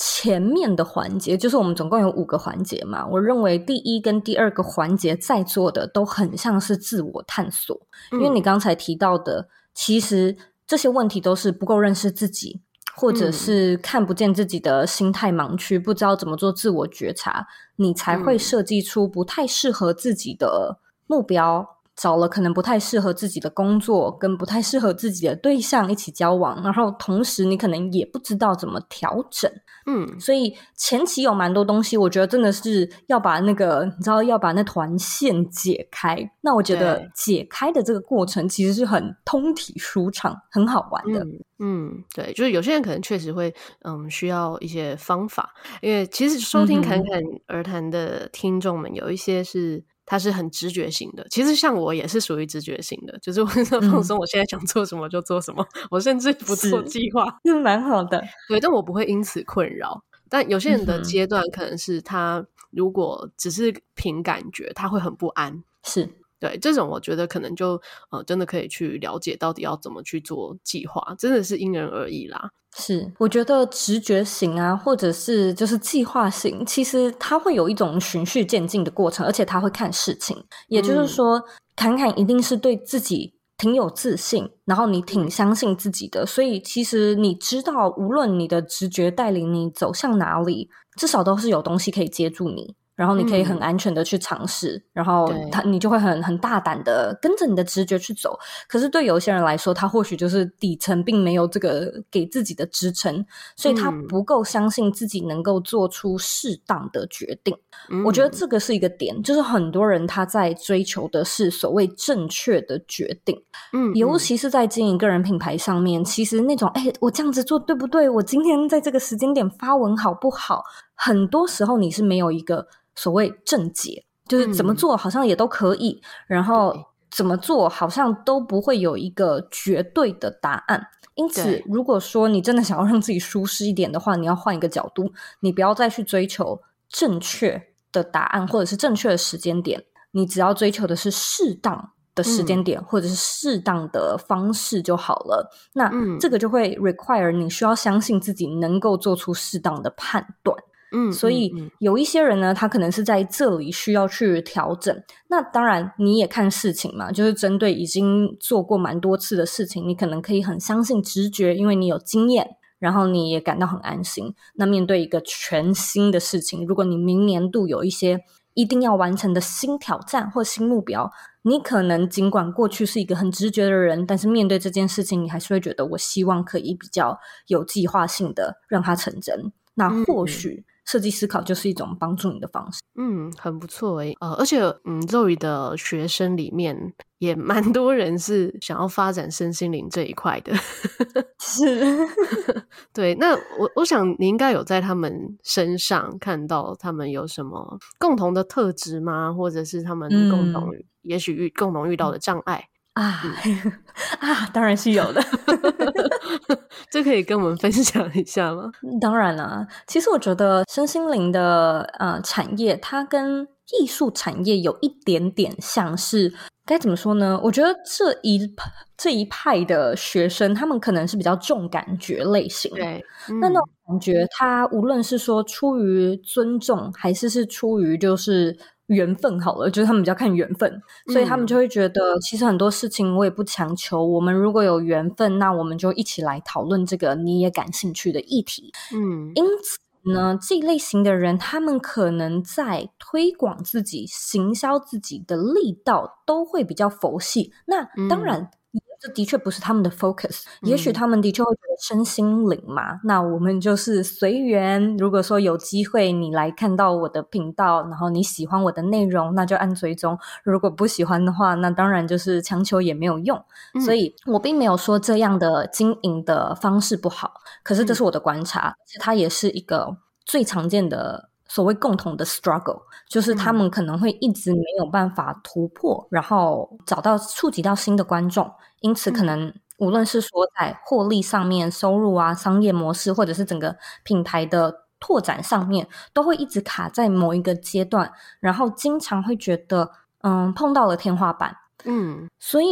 前面的环节，就是我们总共有5个环节嘛，我认为第1跟第2个环节在做的都很像是自我探索，因为你刚才提到的，其实这些问题都是不够认识自己，或者是看不见自己的心态盲区，不知道怎么做自我觉察，你才会设计出不太适合自己的目标，找了可能不太适合自己的工作，跟不太适合自己的对象一起交往，然后同时你可能也不知道怎么调整。所以前期有蛮多东西，我觉得真的是要把那个你知道要把那团线解开，那我觉得解开的这个过程其实是很通体舒畅很好玩的。 对，就是有些人可能确实会需要一些方法，因为其实收听侃侃而谈的听众们有一些是他是很直觉型的，其实像我也是属于直觉型的，就是我很放松，我现在想做什么就做什么，我甚至不做计划， 是蛮好的。 对，但我不会因此困扰。但有些人的阶段可能是他如果只是凭感觉，他会很不安。 是， 对，这种我觉得可能就真的可以去了解到底要怎么去做计划，真的是因人而异啦。 是，我觉得直觉型啊，或者是就是计划型，其实它会有一种循序渐进的过程，而且它会看事情。也就是说，侃侃一定是对自己挺有自信，然后你挺相信自己的，所以其实你知道，无论你的直觉带领你走向哪里，至少都是有东西可以接住你。然后你可以很安全的去尝试，然后你就会很大胆的跟着你的直觉去走。可是对有一些人来说，他或许就是底层并没有这个给自己的支撑，所以他不够相信自己能够做出适当的决定。我觉得这个是一个点，就是很多人他在追求的是所谓正确的决定。尤其是在经营个人品牌上面，其实那种我这样子做对不对？我今天在这个时间点发文好不好？很多时候你是没有一个所谓正解，就是怎么做好像也都可以，然后怎么做好像都不会有一个绝对的答案。因此如果说你真的想要让自己舒适一点的话，你要换一个角度，你不要再去追求正确的答案或者是正确的时间点，你只要追求的是适当的时间点或者是适当的方式就好了。那这个就会 require 你需要相信自己能够做出适当的判断。所以有一些人呢，他可能是在这里需要去调整。那当然你也看事情嘛，就是针对已经做过蛮多次的事情，你可能可以很相信直觉，因为你有经验，然后你也感到很安心。那面对一个全新的事情，如果你明年度有一些一定要完成的新挑战或新目标，你可能尽管过去是一个很直觉的人，但是面对这件事情，你还是会觉得我希望可以比较有计划性的让它成真。那或许设计思考就是一种帮助你的方式。 很不错耶。而且Zoe 的学生里面也蛮多人是想要发展身心灵这一块的。 是对，那我想你应该有在他们身上看到他们有什么共同的特质吗？或者是他们也许共同遇到的障碍当然是有的。 这可以跟我们分享一下吗？ 当然啦，其实我觉得身心灵的产业，它跟艺术产业有一点点像是，该怎么说呢？我觉得这一派的学生，他们可能是比较重感觉类型。 对， 那种感觉，他无论是说出于尊重，还是出于就是缘分好了，就是他们比较看缘分，所以他们就会觉得其实很多事情我也不强求，我们如果有缘分，那我们就一起来讨论这个你也感兴趣的议题。因此呢，这一类型的人，他们可能在推广自己、行销自己的力道都会比较佛系。那当然这的确不是他们的 focus，也许他们的确会觉得身心灵嘛，那我们就是随缘。如果说有机会你来看到我的频道，然后你喜欢我的内容，那就按追踪，如果不喜欢的话，那当然就是强求也没有用。所以我并没有说这样的经营的方式不好，可是这是我的观察，而且它也是一个最常见的所谓共同的 struggle， 就是他们可能会一直没有办法突破，然后触及到新的观众，因此可能无论是说在获利上面、收入啊、商业模式，或者是整个品牌的拓展上面，都会一直卡在某一个阶段，然后经常会觉得碰到了天花板。所以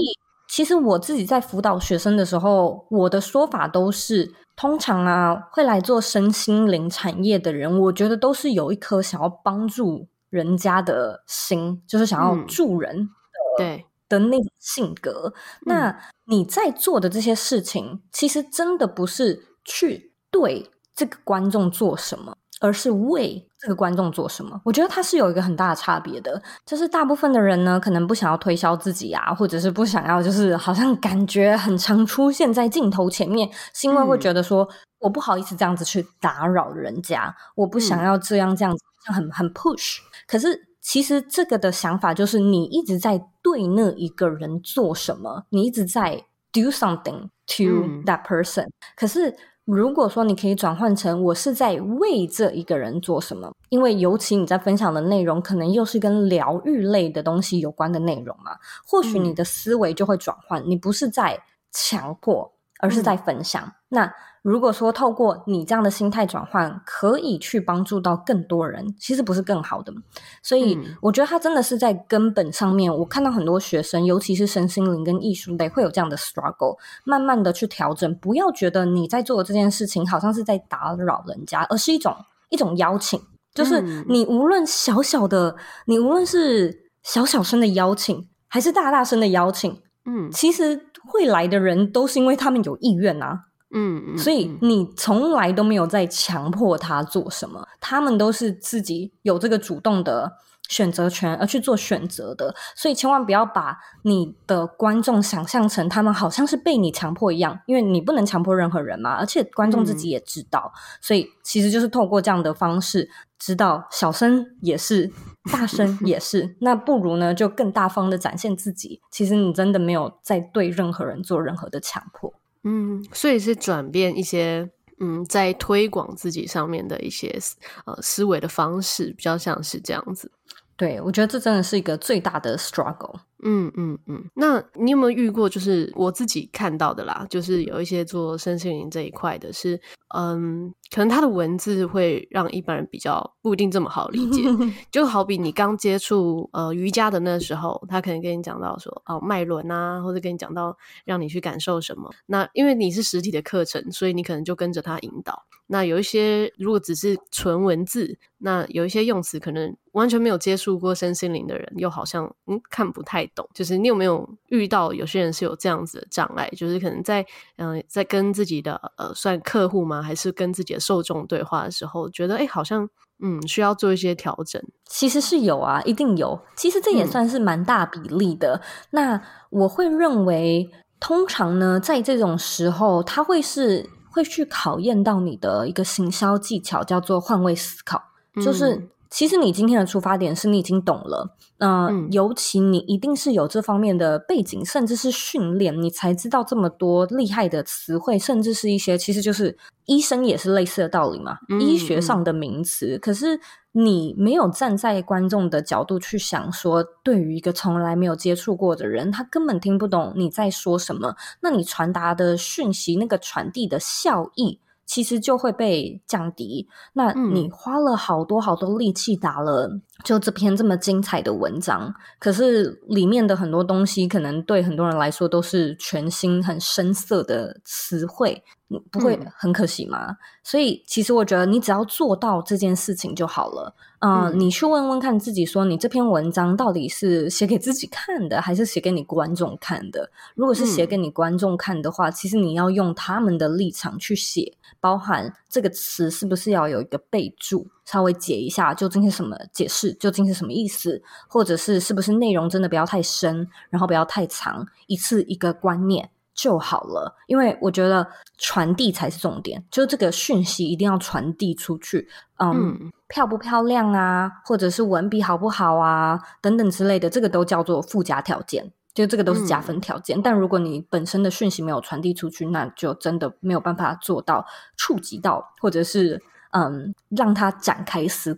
其实我自己在辅导学生的时候，我的说法都是，通常啊会来做身心灵产业的人，我觉得都是有一颗想要帮助人家的心，就是想要助人的那种性格。那你在做的这些事情，其实真的不是去对这个观众做什么，而是为这个观众做什么。我觉得它是有一个很大的差别的，就是大部分的人呢可能不想要推销自己啊，或者是不想要就是好像感觉很常出现在镜头前面，是因为会觉得说我不好意思这样子去打扰人家，我不想要这样子很 push。 可是其实这个的想法就是你一直在对那一个人做什么，你一直在 do something to that person。可是如果说你可以转换成我是在为这一个人做什么，因为尤其你在分享的内容可能又是跟疗愈类的东西有关的内容嘛，或许你的思维就会转换，你不是在强迫，而是在分享。那如果说透过你这样的心态转换可以去帮助到更多人，其实不是更好的。所以我觉得它真的是在根本上面，我看到很多学生尤其是身心灵跟艺术类会有这样的 struggle， 慢慢的去调整，不要觉得你在做的这件事情好像是在打扰人家，而是一种邀请，就是你无论小小的，你无论是小小声的邀请还是大大声的邀请，其实会来的人都是因为他们有意愿啊，所以你从来都没有在强迫他做什么，他们都是自己有这个主动的选择权而去做选择的。所以千万不要把你的观众想象成他们好像是被你强迫一样，因为你不能强迫任何人嘛，而且观众自己也知道，所以其实就是透过这样的方式知道小声也是大声也是那不如呢就更大方的展现自己，其实你真的没有在对任何人做任何的强迫。 所以是转变一些在推广自己上面的一些思维的方式，比较像是这样子。 对，我觉得这真的是一个最大的 struggle。 那你有没有遇过，就是我自己看到的啦，就是有一些做身心灵这一块的是可能他的文字会让一般人比较不一定这么好理解就好比你刚接触瑜伽的那时候，他可能跟你讲到说脉轮啊，或者跟你讲到让你去感受什么，那因为你是实体的课程，所以你可能就跟着他引导。那有一些如果只是纯文字，那有一些用词可能完全没有接触过身心灵的人又好像看不太懂。就是你有没有遇到有些人是有这样子的障碍，就是可能在跟自己的算客户吗，还是跟自己的受众对话的时候觉得好像需要做一些调整？ 其实是有啊，一定有，其实这也算是蛮大比例的。那我会认为通常呢在这种时候他会去考验到你的一个行销技巧，叫做换位思考。就是其实你今天的出发点是你已经懂了，尤其你一定是有这方面的背景，甚至是训练，你才知道这么多厉害的词汇，甚至是一些其实就是医生也是类似的道理嘛，医学上的名词。可是你没有站在观众的角度去想说，对于一个从来没有接触过的人，他根本听不懂你在说什么，那你传达的讯息那个传递的效益其实就会被降低。那你花了好多好多力气打了就这篇这么精彩的文章，可是里面的很多东西可能对很多人来说都是全新很深色的词汇，你不会很可惜吗？所以其实我觉得你只要做到这件事情就好了。你去问问看自己说，你这篇文章到底是写给自己看的还是写给你观众看的。如果是写给你观众看的话，其实你要用他们的立场去写，包含这个词是不是要有一个备注，稍微解一下究竟是什么，解释究竟是什么意思，或者是不是内容真的不要太深，然后不要太长，一次一个观念就好了。因为我觉得传递才是重点，就这个讯息一定要传递出去。漂不漂亮啊，或者是文笔好不好啊等等之类的，这个都叫做附加条件，就这个都是加分条件。但如果你本身的讯息没有传递出去，那就真的没有办法做到触及到，或者是让他展开思考吧。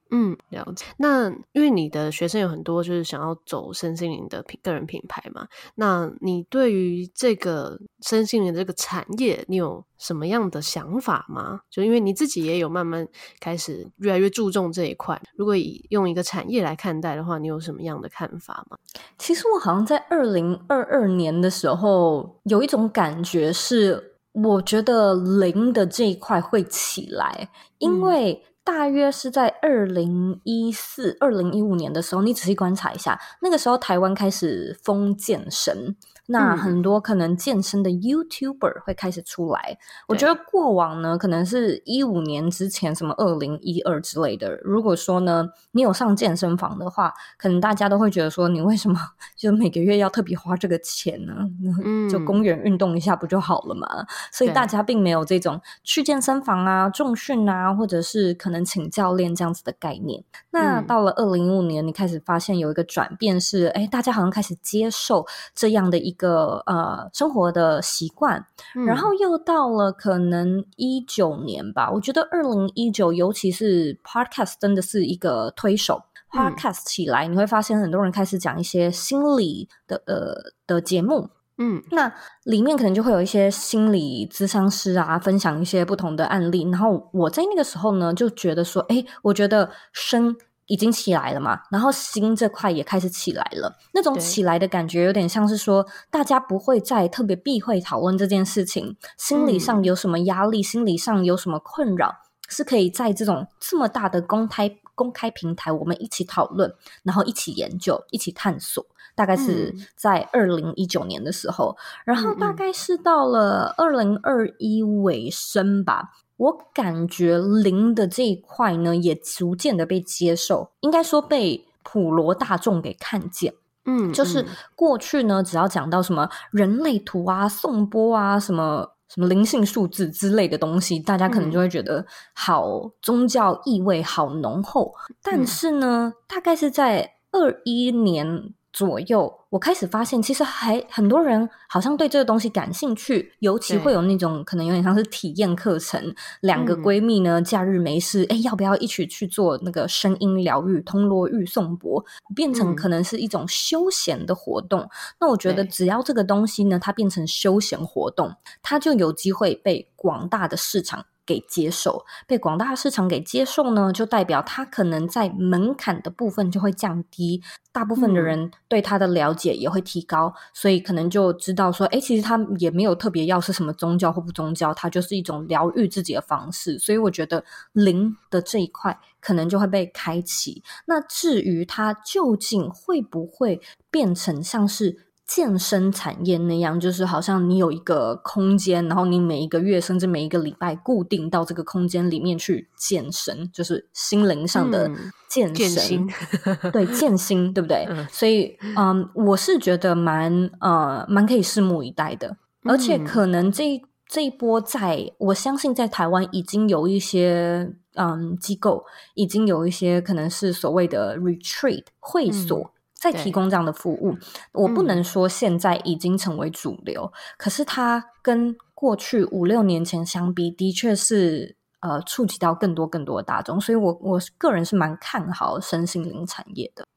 了解。那因为你的学生有很多就是想要走身心灵的个人品牌嘛，那你对于这个身心灵的这个产业，你有什么样的想法吗？就因为你自己也有慢慢开始越来越注重这一块，如果用一个产业来看待的话，你有什么样的看法吗？ 其实我好像在2022年的时候有一种感觉是，我觉得灵的这一块会起来，因为大约是在2014、2015年的时候，你仔细观察一下，那个时候台湾开始疯健身，那很多可能健身的 YouTuber 会开始出来。我觉得过往呢，可能是15年之前，什么2012之类的，如果说呢你有上健身房的话，可能大家都会觉得说，你为什么就每个月要特别花这个钱呢？就公园运动一下不就好了嘛？所以大家并没有这种去健身房啊、重训啊，或者是可能请教练这样子的概念。那到了2015年，你开始发现有一个转变是，大家好像开始接受这样的一个生活的习惯，然后又到了可能19年吧，我觉得2019尤其是 Podcast 真的是一个推手。Podcast 起来，你会发现很多人开始讲一些心理的节目，那里面可能就会有一些心理咨商师啊，分享一些不同的案例。然后我在那个时候呢，就觉得说，我觉得身已经起来了嘛，然后心这块也开始起来了。那种起来的感觉，有点像是说，大家不会再特别避讳讨论这件事情，心理上有什么压力，心理上有什么困扰，是可以在这种这么大的公开平台，我们一起讨论，然后一起研究，一起探索。大概是在2019年的时候，然后大概是到了2021尾声吧，我感觉灵的这一块呢，也逐渐的被接受，应该说被普罗大众给看见。就是过去呢，只要讲到什么人类图啊、颂钵啊、什么灵性数字之类的东西，大家可能就会觉得好宗教意味好浓厚。但是呢，大概是在21年左右，我开始发现其实还很多人好像对这个东西感兴趣，尤其会有那种可能有点像是体验课程，两个闺蜜呢假日没事，要不要一起去做那个声音疗愈、通络域颂钵，变成可能是一种休闲的活动。那我觉得只要这个东西呢，它变成休闲活动，它就有机会被广大的市场给接受，被广大市场给接受呢，就代表它可能在门槛的部分就会降低，大部分的人对它的了解也会提高，所以可能就知道说，其实它也没有特别要是什么宗教或不宗教，它就是一种疗愈自己的方式。所以我觉得灵的这一块可能就会被开启。那至于它究竟会不会变成像是健身产业那样，就是好像你有一个空间，然后你每一个月甚至每一个礼拜固定到这个空间里面去健身，就是心灵上的健身，对，健心，对不对？所以我是觉得蛮可以拭目以待的。而且可能这一波我相信在台湾已经有一些机构，已经有一些可能是所谓的 retreat 会所在提供这样的服务。我不能说现在已经成为主流，可是它跟过去5-6年前相比，的确是触及到更多的大众，所以我个人是蛮看好身心灵产业的。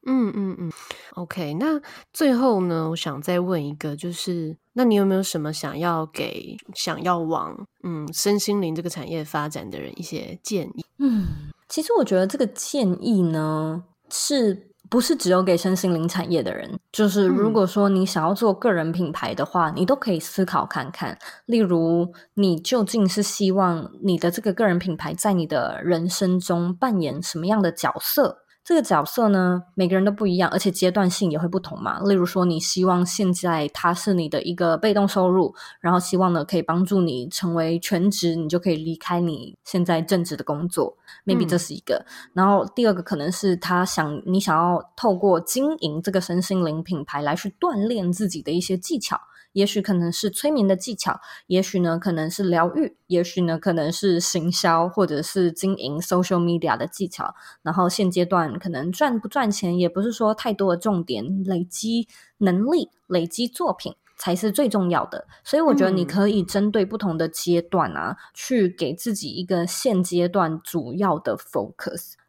OK， 那最后呢，我想再问一个，就是那你有没有什么想要往身心灵这个产业发展的人一些建议？ 其实我觉得这个建议呢，是不是只有给身心灵产业的人，就是如果说你想要做个人品牌的话，你都可以思考看看。例如你究竟是希望你的这个个人品牌在你的人生中扮演什么样的角色，这个角色呢，每个人都不一样，而且阶段性也会不同嘛。例如说你希望现在它是你的一个被动收入，然后希望呢可以帮助你成为全职，你就可以离开你现在正职的工作， maybe 这是一个。然后第二个可能是你想要透过经营这个身心灵品牌来去锻炼自己的一些技巧，也许可能是催眠的技巧，也许呢可能是疗愈，也许呢可能是行销或者是经营 social media 的技巧。然后现阶段可能赚不赚钱也不是说太多的重点，累积能力，累积作品才是最重要的。所以我觉得你可以针对不同的阶段去给自己一个现阶段主要的 focus。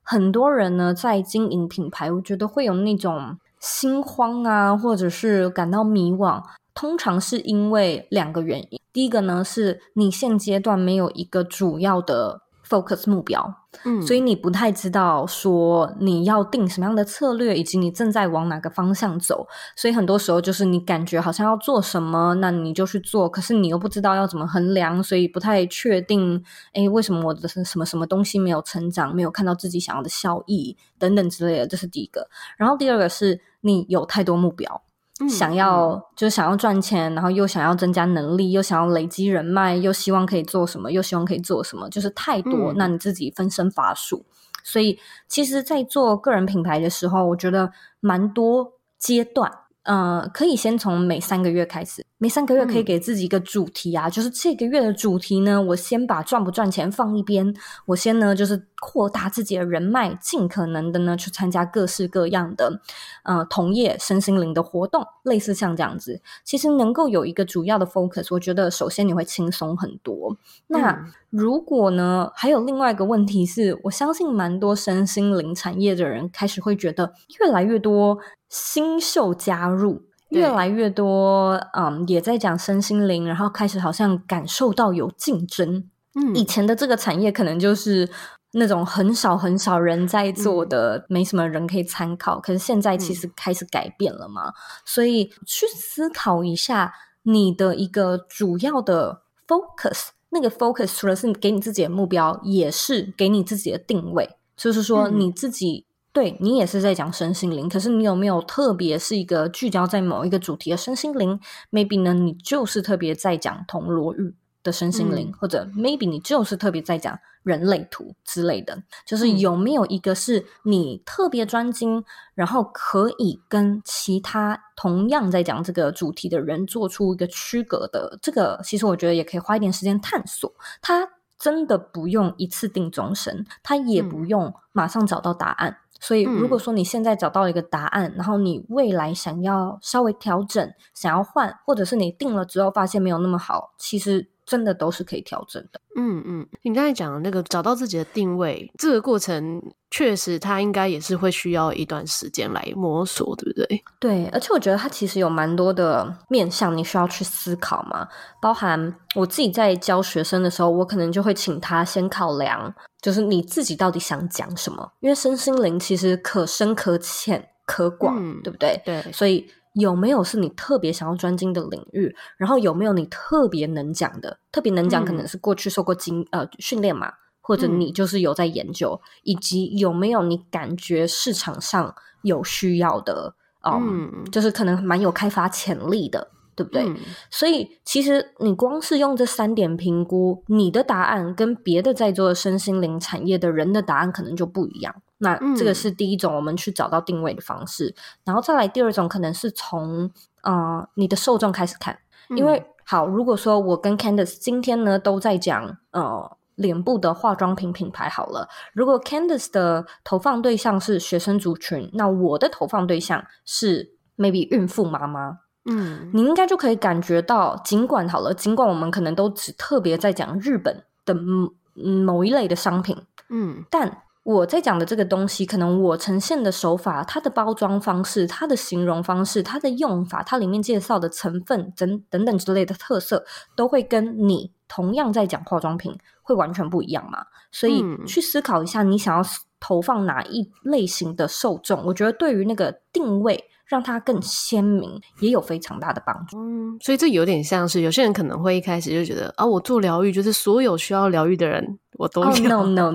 很多人呢在经营品牌，我觉得会有那种心慌啊，或者是感到迷惘，通常是因为2个原因。第一个呢，是你现阶段没有一个主要的 focus 目标，所以你不太知道说你要定什么样的策略，以及你正在往哪个方向走，所以很多时候就是你感觉好像要做什么，那你就去做，可是你又不知道要怎么衡量，所以不太确定为什么我的什么什么东西没有成长，没有看到自己想要的效益等等之类的，这是第一个。然后第二个是你有太多目标，想要赚钱，然后又想要增加能力，又想要累积人脉，又希望可以做什么，又希望可以做什么，就是太多，那你自己分身乏术。所以其实在做个人品牌的时候，我觉得蛮多阶段，可以先从每3个月开始，每3个月可以给自己一个主题啊，就是这个月的主题呢，我先把赚不赚钱放一边，我先呢就是扩大自己的人脉，尽可能的呢去参加各式各样的同业身心灵的活动，类似像这样子，其实能够有一个主要的 focus， 我觉得首先你会轻松很多。那如果呢还有另外一个问题是，我相信蛮多身心灵产业的人开始会觉得越来越多新秀加入，越来越多也在讲身心灵，然后开始好像感受到有竞争。以前的这个产业可能就是那种很少很少人在做的，没什么人可以参考，可是现在其实开始改变了嘛，所以去思考一下你的一个主要的 focus， 那个 focus 除了是给你自己的目标，也是给你自己的定位，就是说你自己对，你也是在讲身心灵，可是你有没有特别是一个聚焦在某一个主题的身心灵， maybe 呢你就是特别在讲铜锣玉的身心灵，或者 maybe 你就是特别在讲人类图之类的，就是有没有一个是你特别专精，然后可以跟其他同样在讲这个主题的人做出一个区隔的，这个其实我觉得也可以花一点时间探索。它真的不用一次定终身，它也不用马上找到答案，所以如果说你现在找到一个答案，然后你未来想要稍微调整，想要换，或者是你定了之后发现没有那么好，其实真的都是可以调整的。 你刚才讲的那个找到自己的定位，这个过程确实它应该也是会需要一段时间来摸索，对不对？ 对，而且我觉得它其实有蛮多的面向你需要去思考嘛，包含我自己在教学生的时候，我可能就会请他先考量，就是你自己到底想讲什么，因为身心灵其实可深可浅可广，对不对？ 对， 所以有没有是你特别想要专精的领域，然后有没有你特别能讲的，特别能讲可能是过去受过训练嘛，或者你就是有在研究，以及有没有你感觉市场上有需要的就是可能蛮有开发潜力的，对不对？所以其实你光是用这3点评估，你的答案跟别的在做身心灵产业的人的答案可能就不一样。那这个是第一种我们去找到定位的方式，然后再来第二种可能是从你的受众开始看，因为好，如果说我跟 Candice 今天呢都在讲脸部的化妆品品牌好了，如果 Candice 的投放对象是学生族群，那我的投放对象是 maybe 孕妇妈妈，你应该就可以感觉到，尽管我们可能都只特别在讲日本的某一类的商品，但我在讲的这个东西，可能我呈现的手法，它的包装方式，它的形容方式，它的用法，它里面介绍的成分等等之类的特色，都会跟你同样在讲化妆品会完全不一样嘛。所以去思考一下你想要投放哪一类型的受众，我觉得对于那个定位让它更鲜明也有非常大的帮助。 所以这有点像是有些人可能会一开始就觉得我做疗愈就是所有需要疗愈的人我都要 no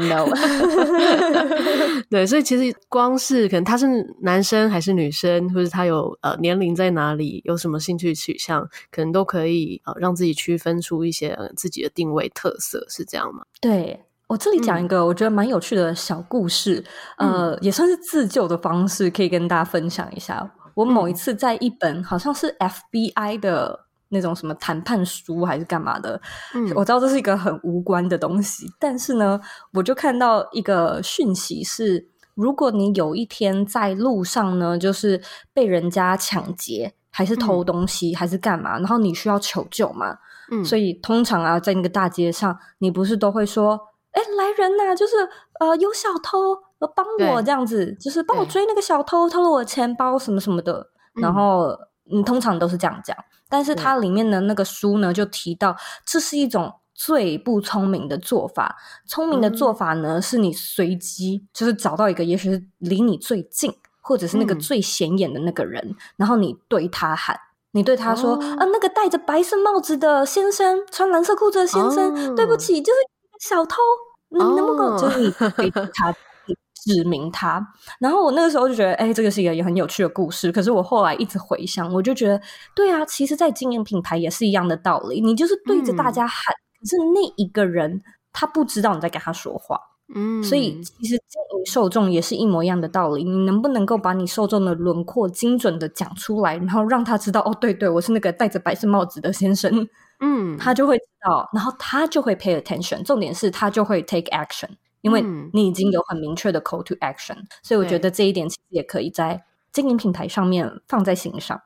对，所以其实光是可能他是男生还是女生，或者他有年龄在哪里，有什么兴趣取向，可能都可以让自己区分出一些自己的定位特色，是这样吗？ 对，我这里讲一个我觉得蛮有趣的小故事，也算是自救的方式，可以跟大家分享一下。我某一次在一本好像是 FBI 的那种什么谈判书还是干嘛的，我知道这是一个很无关的东西，但是呢我就看到一个讯息是，如果你有一天在路上呢就是被人家抢劫还是偷东西还是干嘛，然后你需要求救嘛，所以通常在那个大街上你不是都会说来人啊，就是有小偷帮我这样子，就是帮我追那个小偷，偷了我的钱包什么什么的。然后通常都是这样讲，但是它里面的那个书呢就提到这是一种最不聪明的做法。聪明的做法呢是你随机就是找到一个也许是离你最近或者是那个最显眼的那个人，然后你对他喊，你对他说那个戴着白色帽子的先生，穿蓝色裤子的先生，对不起，就是小偷，你能不能就是你对他指明他。然后我那个时候就觉得这个是一个也很有趣的故事，可是我后来一直回想，我就觉得对啊，其实在经营品牌也是一样的道理，你就是对着大家喊，可是那一个人他不知道你在跟他说话。所以其实经营受众也是一模一样的道理，你能不能够把你受众的轮廓精准的讲出来，然后让他知道对对，我是那个戴着白色帽子的先生，他就会知道，然后他就会 pay attention， 重点是他就会 take action， 因为你已经有很明确的 call to action， 所以我觉得这一点其实也可以在经营品牌上面放在心上。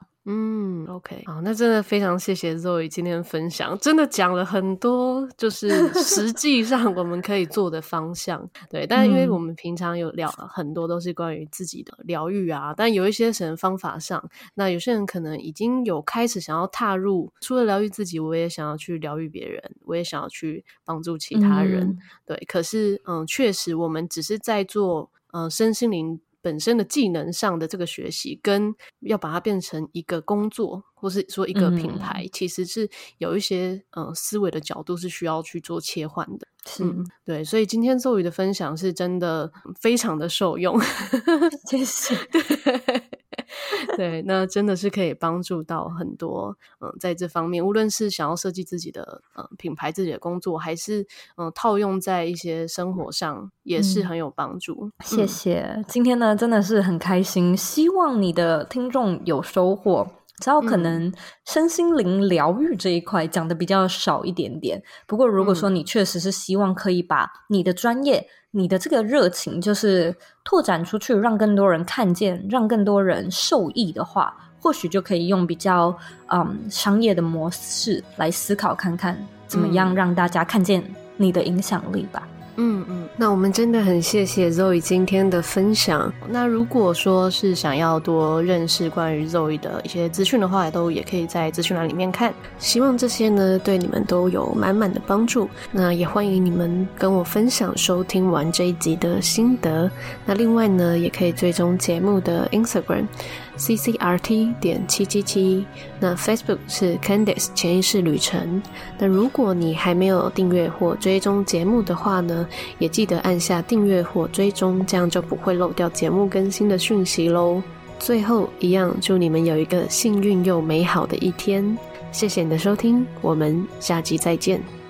OK， 好，那真的非常谢谢 Zoe 今天的分享，真的讲了很多，就是实际上我们可以做的方向。对，但因为我们平常有聊很多都是关于自己的疗愈啊，但有一些可能方法上，那有些人可能已经有开始想要踏入，除了疗愈自己，我也想要去疗愈别人，我也想要去帮助其他人。对，可是确实我们只是在做身心灵本身的技能上的这个学习，跟要把它变成一个工作或是说一个品牌，其实是有一些思维的角度是需要去做切换的。对，所以今天Zoe的分享是真的非常的受用， 谢谢。 对，那真的是可以帮助到很多在这方面，无论是想要设计自己的品牌、自己的工作，还是套用在一些生活上，也是很有帮助。 谢谢，今天呢真的是很开心，希望你的听众有收获。知道可能身心灵疗愈这一块讲的比较少一点点，不过如果说你确实是希望可以把你的专业、你的这个热情就是拓展出去，让更多人看见，让更多人受益的话，或许就可以用比较商业的模式来思考看看怎么样让大家看见你的影响力吧。 那我们真的很谢谢 Zoe 今天的分享。那如果说是想要多认识关于 Zoe 的一些资讯的话，也可以在资讯栏里面看。希望这些呢对你们都有满满的帮助。那也欢迎你们跟我分享收听完这一集的心得。那另外呢也可以追踪节目的 Instagram CCRT.777， 那 Facebook 是 Candice 潜意识旅程。那如果你还没有订阅或追踪节目的话呢，也记得按下订阅或追踪，这样就不会漏掉节目更新的讯息咯。最后一样，祝你们有一个幸运又美好的一天。谢谢你的收听，我们下集再见。